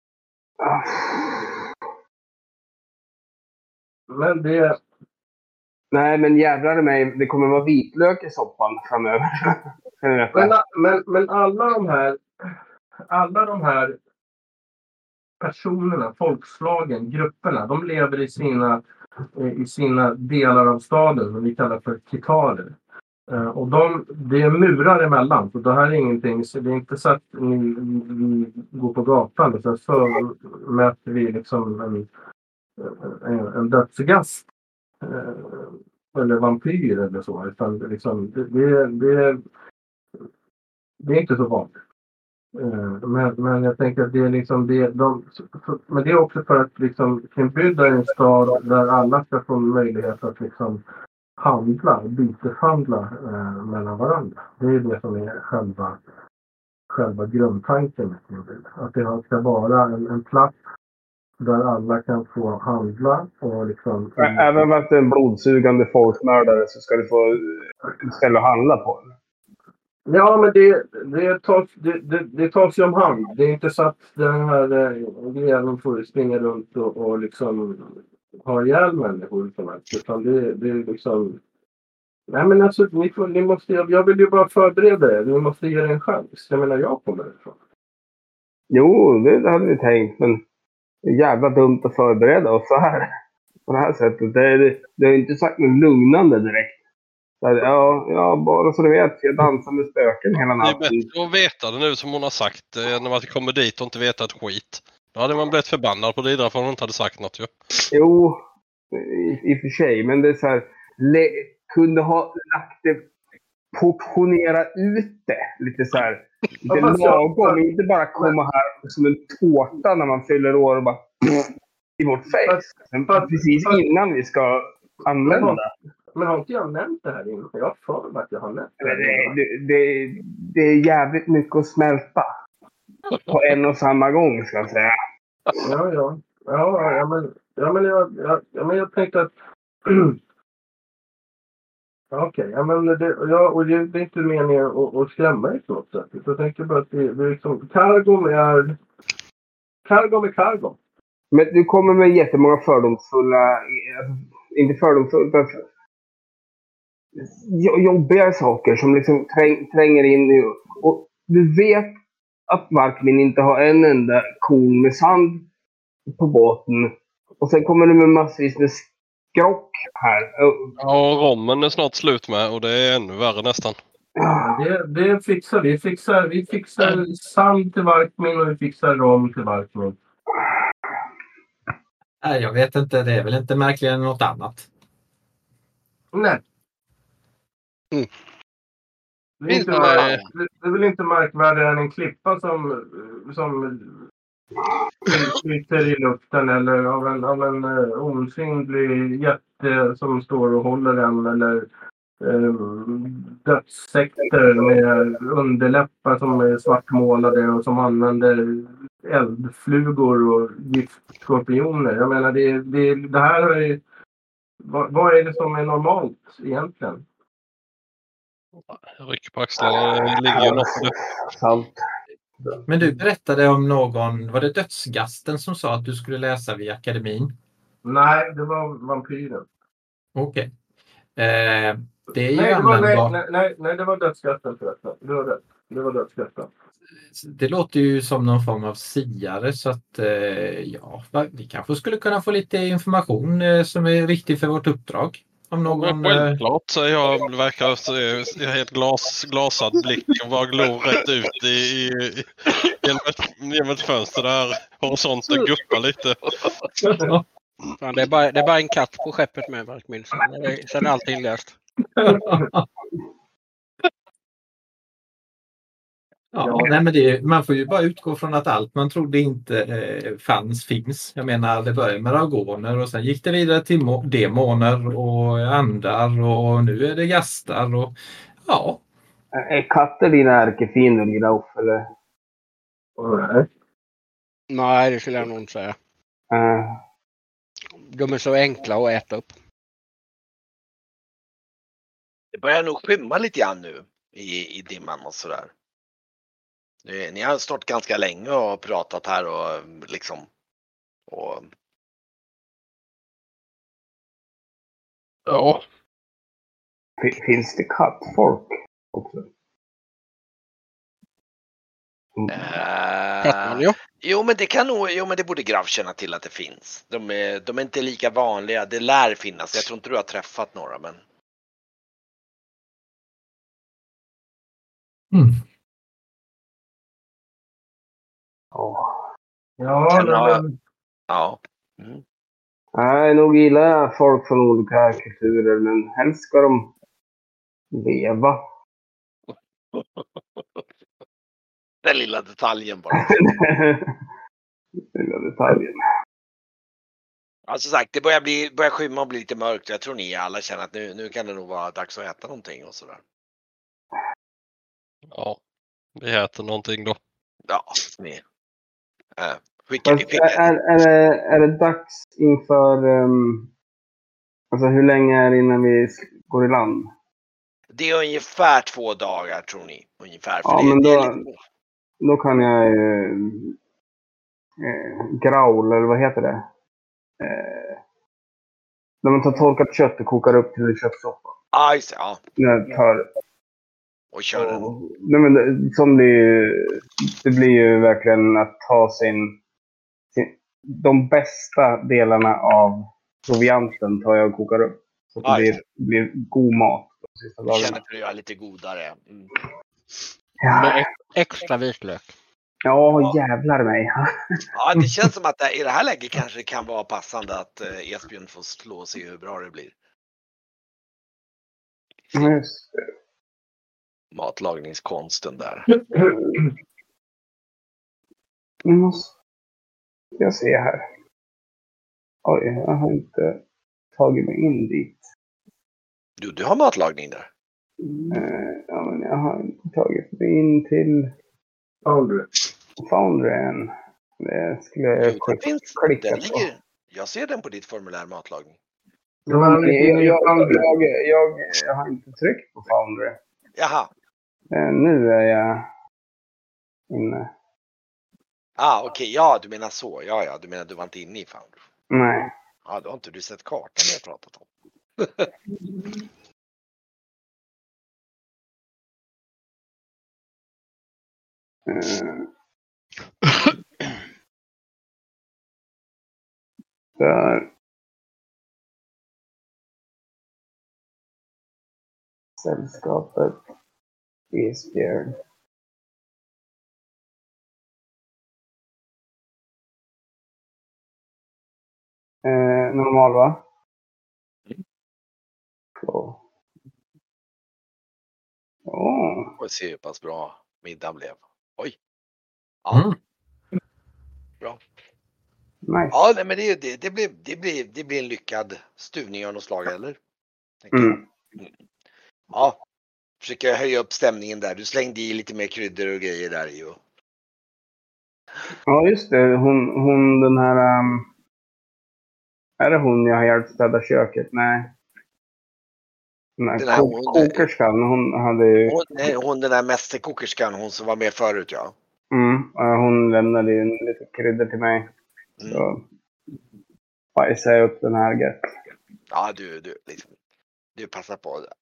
Men det... Nej, men jävlar mig, det kommer vara vitlök i soppan framöver. men alla de här personerna, folkslagen, grupperna, de lever i sina delar av staden som vi kallar för kitaler. Och det är murar emellan, så det här är ingenting, så det är inte så att vi går på gatan och sen så möter vi liksom en dödsgast eller vampyr eller så, utan liksom, det är inte så vanligt. Men jag tänker att det är liksom men det är också för att liksom inbjuda en stad där alla ska få möjlighet att liksom byteshandla mellan varandra. Det är det som är själva grundtanken med Knivbud. Att det ska vara en plats där alla kan få handla och liksom... Även fast det är en blodsugande folkmördare så ska du få ställa och handla på det. Ja, men det tas ju om hand. Det är inte så att den här grejen får springa runt och liksom ha ihjäl människor. Utan det är liksom... Nej, men alltså, ni måste, jag vill ju bara förbereda er. Ni måste ge er en chans. Jag menar, jag kommer ifrån. Jo, det hade vi tänkt, men det är jävla dumt att förbereda oss så här. På det här sättet. Det är inte sagt något lugnande direkt. Ja, bara så du vet, jag dansar med spöken hela natten. Det är bättre att veta det nu som hon har sagt, när man kommer dit och inte veta ett skit. Då hade man blivit förbannad på det därför hon inte hade sagt något ju. Jo, i och för sig, men det är så här, kunde ha lagt det, portionera ut det lite så här, lite lagom, inte bara komma här som en tårta när man fyller år och bara i vårt face. Precis innan vi ska använda. Men har inte jag nämnt det här innan? Jag har för mig att jag har nämnt det. Det är jävligt mycket att smälta på en och samma gång, ska jag säga. Men jag tänkte att okej, men det är inte meningen att skrämma i något sätt. Jag tänkte bara att det är liksom, Kargom är Kargom. Men du kommer med jättemånga fördomsfulla, inte fördomsfulla, jobbiga saker som liksom tränger in i, och du vet att Varkmin inte har en enda kon med sand på båten, och sen kommer du med massvis med skrock här. Ja, rommen är snart slut med, och det är ännu värre nästan. Det fixar vi. Vi fixar sand till Varkmin och vi fixar rom till Varkmin. Nej, jag vet inte, det är väl inte märkligare än något annat. Nej. Mm. Det är väl inte märkvärdigare än en klippa som flyter i luften, eller av en osynlig jätte som står och håller den, eller dödssekter med underläppar som är svartmålade och som använder eldflugor och giftskorpioner. Jag menar, det här är, vad är det som är normalt egentligen? Jag rycker på axlarna, det ligger ju något för det. Sant. Men du berättade om någon, var det dödsgasten som sa att du skulle läsa vid akademin? Nej, det var vampyren. Okej. Det är ju Nej, användbart. nej, det var dödskatten förresten. Du har rätt. Det var dödskatten. Det låter ju som någon form av siare så att vi kanske skulle kunna få lite information som är viktig för vårt uppdrag. Om någon... Men självklart så jag verkar helt glasad blick och bara glor rätt ut genom ett fönster där horisonten guppar lite. Fan, det är bara en katt på skeppet med vad jag minns. Sen är allting löst. Nej, men man får ju bara utgå från att allt man trodde inte finns. Jag menar, det började med dragoner och sen gick det vidare till demoner och andar och nu är det gastar och ja. Är katter dina ärkefiender, Graf, eller? Nej, det skulle jag nog inte säga. De är så enkla att äta upp. Det börjar nog skymma lite grann nu i dimman och sådär. Ni har stått ganska länge och pratat här och liksom. Och... Ja. Finns det kattfolk också? Jo men det kan nog, men det borde Graf känna till att det finns. De är inte lika vanliga, det lär finnas. Jag tror inte du har träffat några men. Ja. Nej, nog gillar jag folk från olika kulturer, men helst ska de leva. Den lilla detaljen bara. Lilla detaljen. Alltså sagt, det börjar skymma och bli lite mörkt. Jag tror ni alla känner att nu kan det nog vara dags att äta någonting och sådär. Ja, vi äter någonting då. Ja, ni. Är det dags inför... alltså hur länge är det innan vi går i land? Det är ungefär 2 dagar tror ni. Ungefär. För ja, men då kan jag graul, eller vad heter det? När man tar torkat kött och kokar upp till köttsoppa. Ja. Jag tar... Och kör den. Nej, men det blir ju verkligen att ta de bästa delarna av provianten tar jag och kokar upp. Så att det blir god mat de sista dagarna. Jag känner för att göra lite godare. Mm. Ja. Med extra vitlök. Ja, jävlar mig. Ja, det känns som att i det här läget kanske det kan vara passande att Esbjörn får slå och se hur bra det blir. Just det. Matlagningskonsten där. Nu måste jag se här. Oj, jag har inte tagit mig in dit. Du har matlagning där? Ja, men jag har inte tagit mig in till Foundry än. Det skulle jag klicka på. Jag ser den på ditt formulär matlagning. Jag har inte tryckt på Foundry. Jaha. Nu är jag inne. Okej. Ja, du menar så. Ja, du menar du var inte inne i Foundry. Nej. Ja, då har inte du sett kartan jag pratat om. Där. Sällskapet. Esbjörn. Normal, va? Så. Och se hur pass bra middagen blev. Oj. Ja. Bra. Nice. Ja, nej, men det blir en lyckad stuvning av något slag, eller? Ja. Försöker höja upp stämningen där. Du slängde i lite mer kryddor och grejer där i. Ja, just det. Hon den här... är det hon jag har hjälpt städa köket? Nej. Den här kokerskan, hon hade ju... Hon den där mästerkokerskan, hon som var med förut, ja. Hon lämnade ju lite kryddor till mig. Så spicea upp den här gött. Ja, du passar på att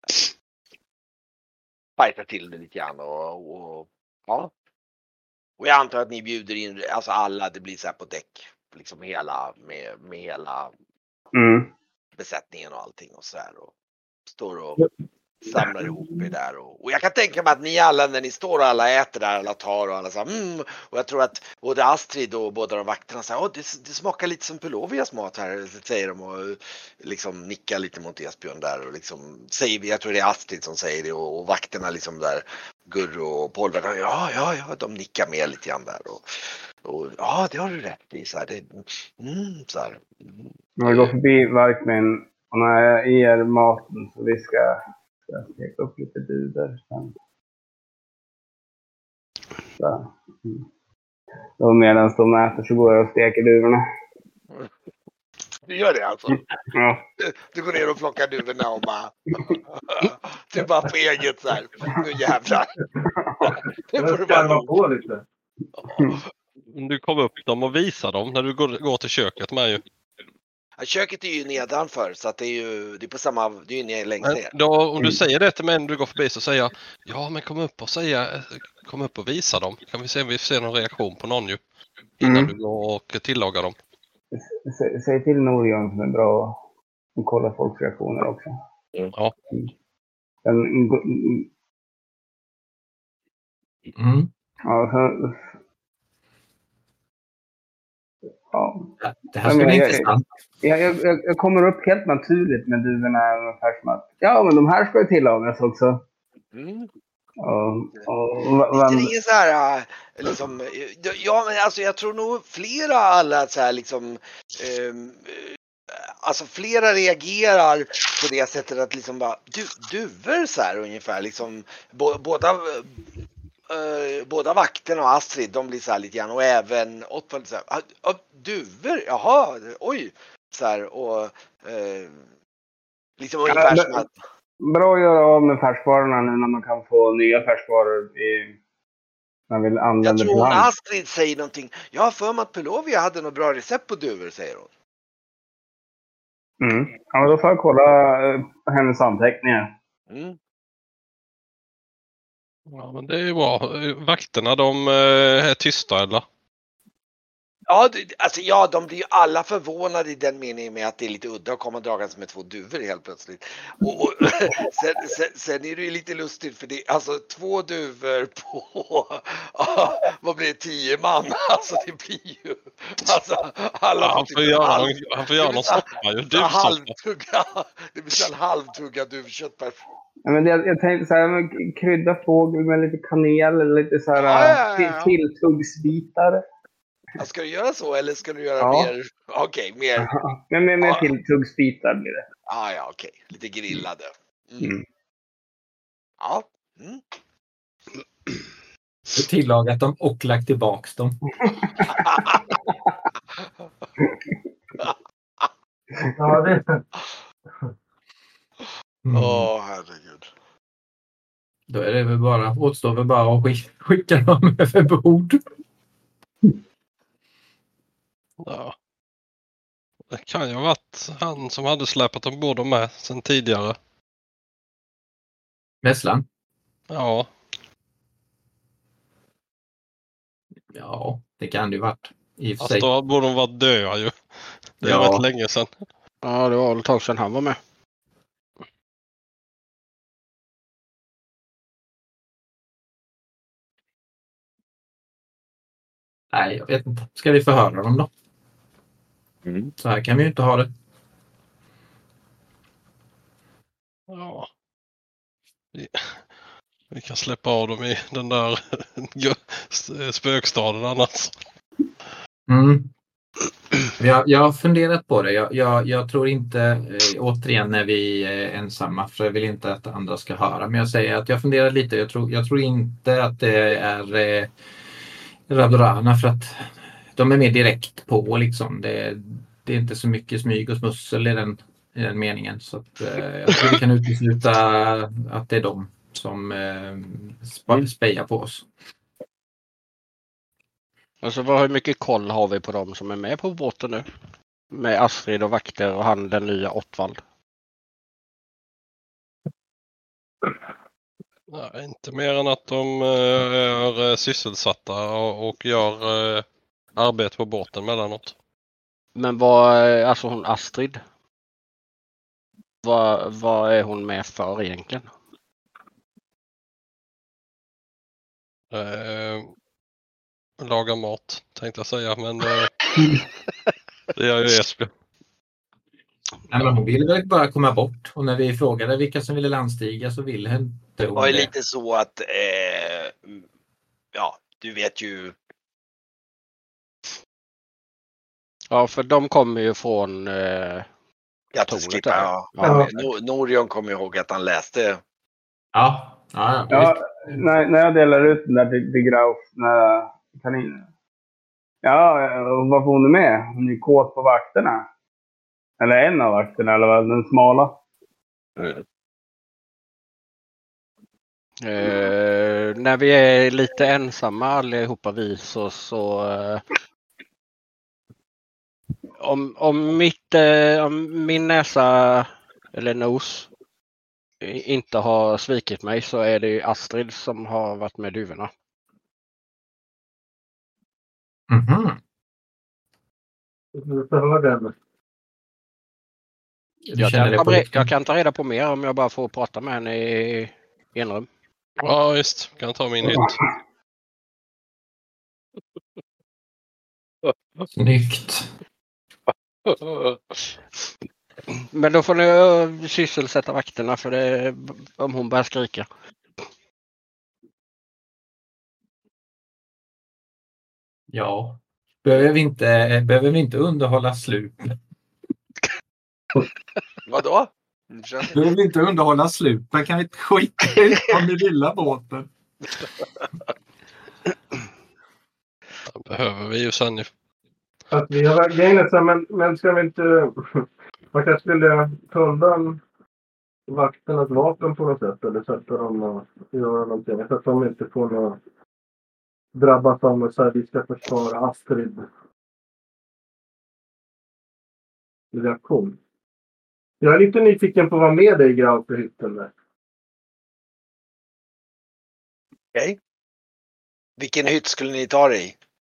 spicea till det lite grann och ja. Och jag antar att ni bjuder in alltså alla, det blir så här på däck. Liksom hela, med hela besättningen och allting och så här. Och står och samlar ihop er där. Och jag kan tänka mig att ni alla, när ni står och alla äter där, alla tar och alla så här, och jag tror att både Astrid och båda de vakterna säger, det smakar lite som Pelovias mat här, säger de och liksom nickar lite mot Esbjörn där och liksom säger, jag tror det är Astrid som säger det och vakterna liksom där, Gurro och Polver, ja, de nickar med lite grann där och ja, det har du rätt i så här, så här. Jag går förbi Varkmin och när jag ger maten så vi ska steka upp lite duvor sen. Så. Då medan de äter så går jag och steker duvorna. Du gör det alltså? Ja. Du går ner och plockar duvorna och bara du bara på eget så här. Nu jävlar. Det får du bara på lite. Du kommer upp dem och visar dem när du går till köket med ju. Ja, köket är ju nedanför så att det är på samma, det är ju längst ner. Då, om du säger det till mig när du går förbi så säger jag, ja men kom upp och visa dem. Kan vi se om vi ser någon reaktion på någon ju. Innan du går och tillagar dem. Säg till Norion som är bra och kolla folks reaktioner också. Ja. Det här ska bli intressant. Jag kommer upp helt naturligt med duvorna ungefär som att men de här ska ju tillagas också. Det är så här liksom, men alltså jag tror nog flera alla så här liksom alltså flera reagerar på det sättet att liksom bara duvor så här ungefär liksom båda vakterna och Astrid, de blir så här lite grann och även Ottfall så här, duvor, jaha, oj så här och liksom ungefär som att bra att göra av med färskvarorna nu när man kan få nya färskvaror man vill använda. Jag tror Astrid säger någonting. Jag har för mig att Pelovia hade något bra recept på duvor, säger hon. Ja, men då får jag kolla hennes anteckningar. Ja, men det är bra. Vakterna, de är tysta eller? Ja, de blir ju alla förvånade i den meningen med att det är lite udda att komma dragandes med 2 duvor helt plötsligt. Och sen är det ju lite lustigt för det alltså 2 duvor på vad blir det, 10 man? Alltså det blir ju alla han får göra någon soppa ju. Det blir så en halvtugga duvkött per. Ja, men jag tänkte så här, krydda fågel med lite kanel eller lite så här tilltuggsbitar. Ska du göra så eller ska du göra mer? Okej, mer. Men med tilltuggsbitar blir det. Ja, okej. Lite grillade. Ja. Du tillagat dem och lagt tillbaks dem. Ja, det. Herregud. Då är det väl åtstår väl bara att skicka dem över bord. Ja. Det kan ju ha varit han som hade släpat ombord med sen tidigare. Mässlan? Ja. Ja, det kan det ju varit. I och för Fast sig. då borde de varit döda ju. Det har varit länge sedan. Ja, det var väl ett tag sedan han var med. Nej, jag vet inte. Ska vi förhöra dem då? Så här kan vi ju inte ha det. Ja. Vi kan släppa av dem i den där spökstaden annars. Jag har funderat på det. Jag tror inte, återigen när vi är ensamma, för jag vill inte att andra ska höra. Men jag säger att jag funderar lite. Jag tror inte att det är Radorana, för att de är mer direkt på liksom. Det är inte så mycket smyg och smussel i den meningen. Så att, jag tror vi kan utesluta att det är de som spejar på oss. Alltså hur mycket koll har vi på dem som är med på båten nu? Med Astrid och vakter och han den nya Ottwald. Nej, inte mer än att de är sysselsatta och gör arbete på båten mellanåt. Men vad, alltså hon Astrid. Vad är hon med för egentligen? Laga mat tänkte jag säga, men det gör ju Esbjörn. Nej, men hon ville väl bara komma bort. Och när vi frågade vilka som ville landstiga så ville inte Det hon var ju det. lite så att, ja, du vet ju. Ja, för de kommer ju från Jätteskippa, där. ja. Ja. Norion kommer ihåg att han läste. Ja. Ja, när jag delar ut den där till Grauf, när kaninen. Ja, varför hon är med? Hon är kåt på vakterna. Eller en av vakterna, eller vad? Den smala. När vi är lite ensamma allihopa vi så om min näsa eller nos inte har svikit mig så är det ju Astrid som har varit med duvorna. Mhm. Jag kan ta reda på mer om jag bara får prata med henne i enrum. Ja, just. Kan ta min hytt. Snyggt. Men då får ni sysselsätta vakterna för det om hon börjar skrika. Ja. Behöver vi inte underhålla slup? Vadå? Behöver vi inte underhålla slupen? Kan vi inte skita ut om den lilla båten? Det behöver vi ju sen. Att vi har grejen är så här, men ska vi inte... Man kanske skulle tulda vakternas vapen på något sätt. Eller sätta dem och göra någonting. Så att de inte får något drabbas av och så här, vi ska försvara Astrid. Reaktion. Jag är lite nyfiken på att vara med dig i Grauperhytten där. Okej. Vilken hytt skulle ni ta dig i?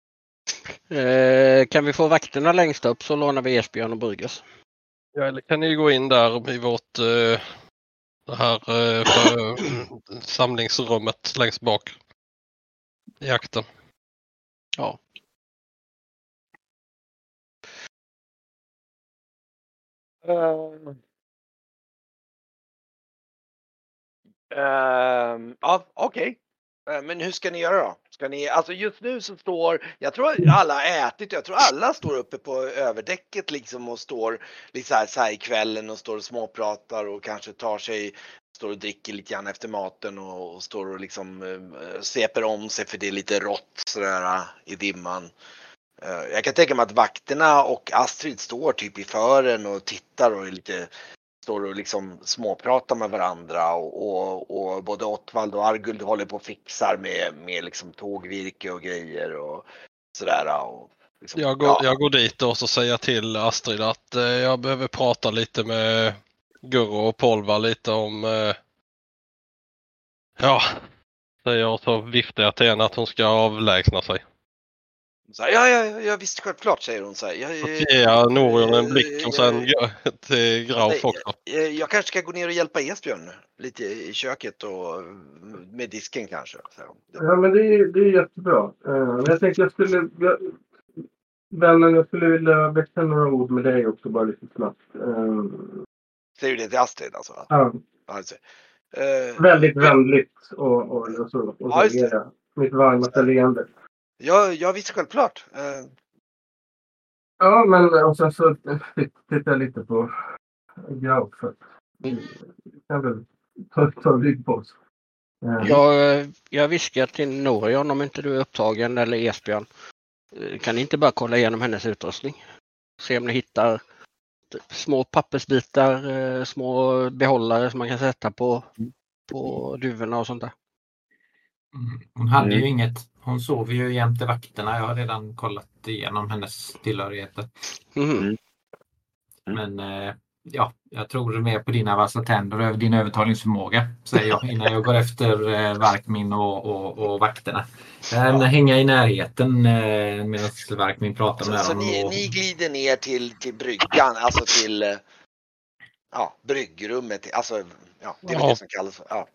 Kan vi få vakterna längst upp så lånar vi Esbjörn och Brygges. Ja, eller kan ni gå in där i vårt det här samlingsrummet längst bak i jakten. Ja. Ja, okej. Men hur ska ni göra då? Ska ni, alltså just nu så står, jag tror alla har ätit, jag tror alla står uppe på överdäcket liksom och står liksom så här i kvällen och står och småpratar och kanske står och dricker lite grann efter maten och står och liksom sveper om sig för det är lite rått sådär i dimman. Jag kan tänka mig att vakterna och Astrid står typ i fören och tittar och är lite står och liksom småpratar med varandra och både Ottwald och Arguld håller på och fixar med liksom tågvirke och grejer och sådär. Och liksom, jag går dit och så säger till Astrid att jag behöver prata lite med Gurro och Polva lite om säger jag, så viftar jag till henne att hon ska avlägsna sig. Så här, ja, visst självklart, säger hon så här. Ja, Norion en blick och sen till Grauf också. Jag kanske ska gå ner och hjälpa Esbjörn lite i köket och med disken kanske. Så. Ja, men det är jättebra. Jag tänkte jag skulle vilja växla några ord med dig också, bara lite snabbt. Säger du det till Astrid alltså? Ja. Alltså. Väldigt vänligt och så. Och ja, mitt varmaste leende. Ja, visst självklart. Ja, men och sen så tittar jag lite på Grauf. Vi kan väl ta rygg på oss. Jag viskar till Norion om inte du är upptagen eller Esbjörn. Kan ni inte bara kolla igenom hennes utrustning? Se om ni hittar små pappersbitar, små behållare som man kan sätta på duvorna och sånt där. Hon hade ju inget. Hon sov ju jämte vakterna. Jag har redan kollat igenom hennes tillhörigheter. Mm. Men ja, jag tror mer på dina vassa tänder och din övertalningsförmåga, säger jag, innan jag går efter Varkmin och vakterna. Hänga i närheten medan Varkmin pratar med dem. Ni glider ner till bryggan, alltså till bryggrummet. Alltså, det är väl det som kallas för,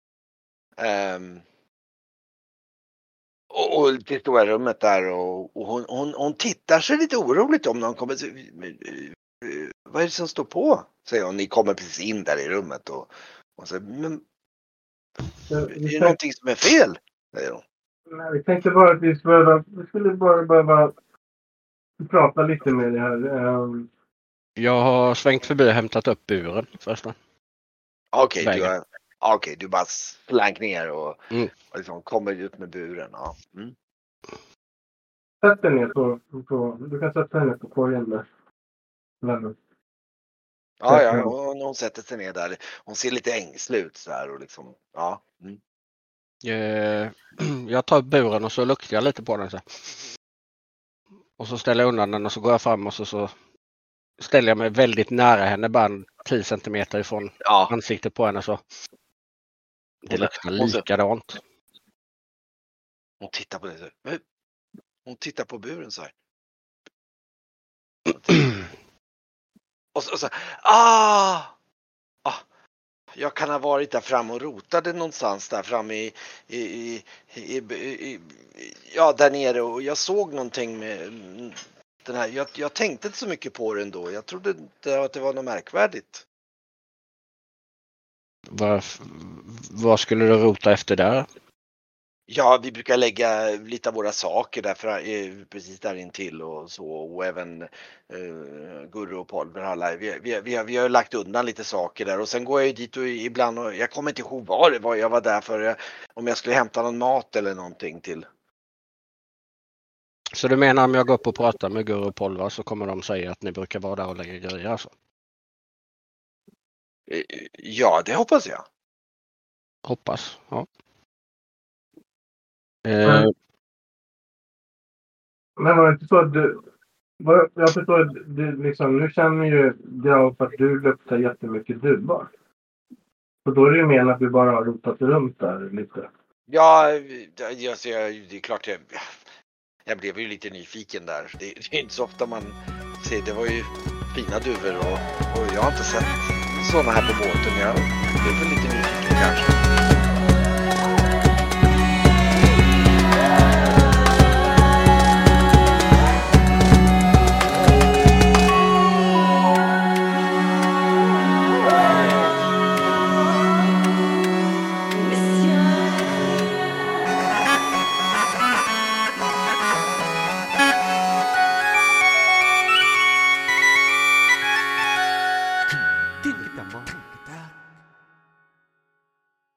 och det stora rummet där och hon tittar sig lite oroligt om någon kommer. Vad är det som står på? Säger hon. Ni kommer precis in där i rummet och säger, men är det någonting som är fel? Säger hon. Nej, vi tänkte bara att vi skulle bara behöva prata lite med det här. Jag har svängt förbi och hämtat upp buren först. Okej, du bara slank ner och liksom kommer ut med buren. Ja. Mm. Sätt dig ner du kan sätta dig ner på korgen där. Ja, hon sätter sig ner där. Hon ser lite ängslig ut så här och liksom, ja. Mm. Jag tar buren och så luktar jag lite på den så här. Och så ställer jag undan den och så går jag fram och så ställer jag mig väldigt nära henne, bara 10 centimeter ifrån ansiktet på henne så. Det luktar likadant. Hon tittar på det. Hon tittar på buren så här. Och så jag kan ha varit där framme och rotade någonstans där framme där nere och jag såg någonting med den här. Jag tänkte inte så mycket på den då. Jag trodde inte att det var något märkvärdigt. Vad skulle du rota efter där? Ja, vi brukar lägga lite av våra saker där precis där intill och så, och även Gurru och Polver. Vi har lagt undan lite saker där och sen går jag ju dit och ibland och jag kommer inte ihåg vad jag var där för, om jag skulle hämta någon mat eller någonting till. Så du menar om jag går upp och pratar med Gurru och Polver så kommer de säga att ni brukar vara där och lägga grejer alltså? Ja, det hoppas jag. Hoppas, ja. Men var det inte så att jag förstår att du liksom, nu känner ju Graf att du luktar jättemycket dubbar. Så då är det ju mer att vi bara har rotat runt där lite. Ja, det är klart jag blev ju lite nyfiken där. Det är inte så ofta man ser, det var ju fina duvor och jag har inte sett sådana här på båten. Jag blev lite nyfiken.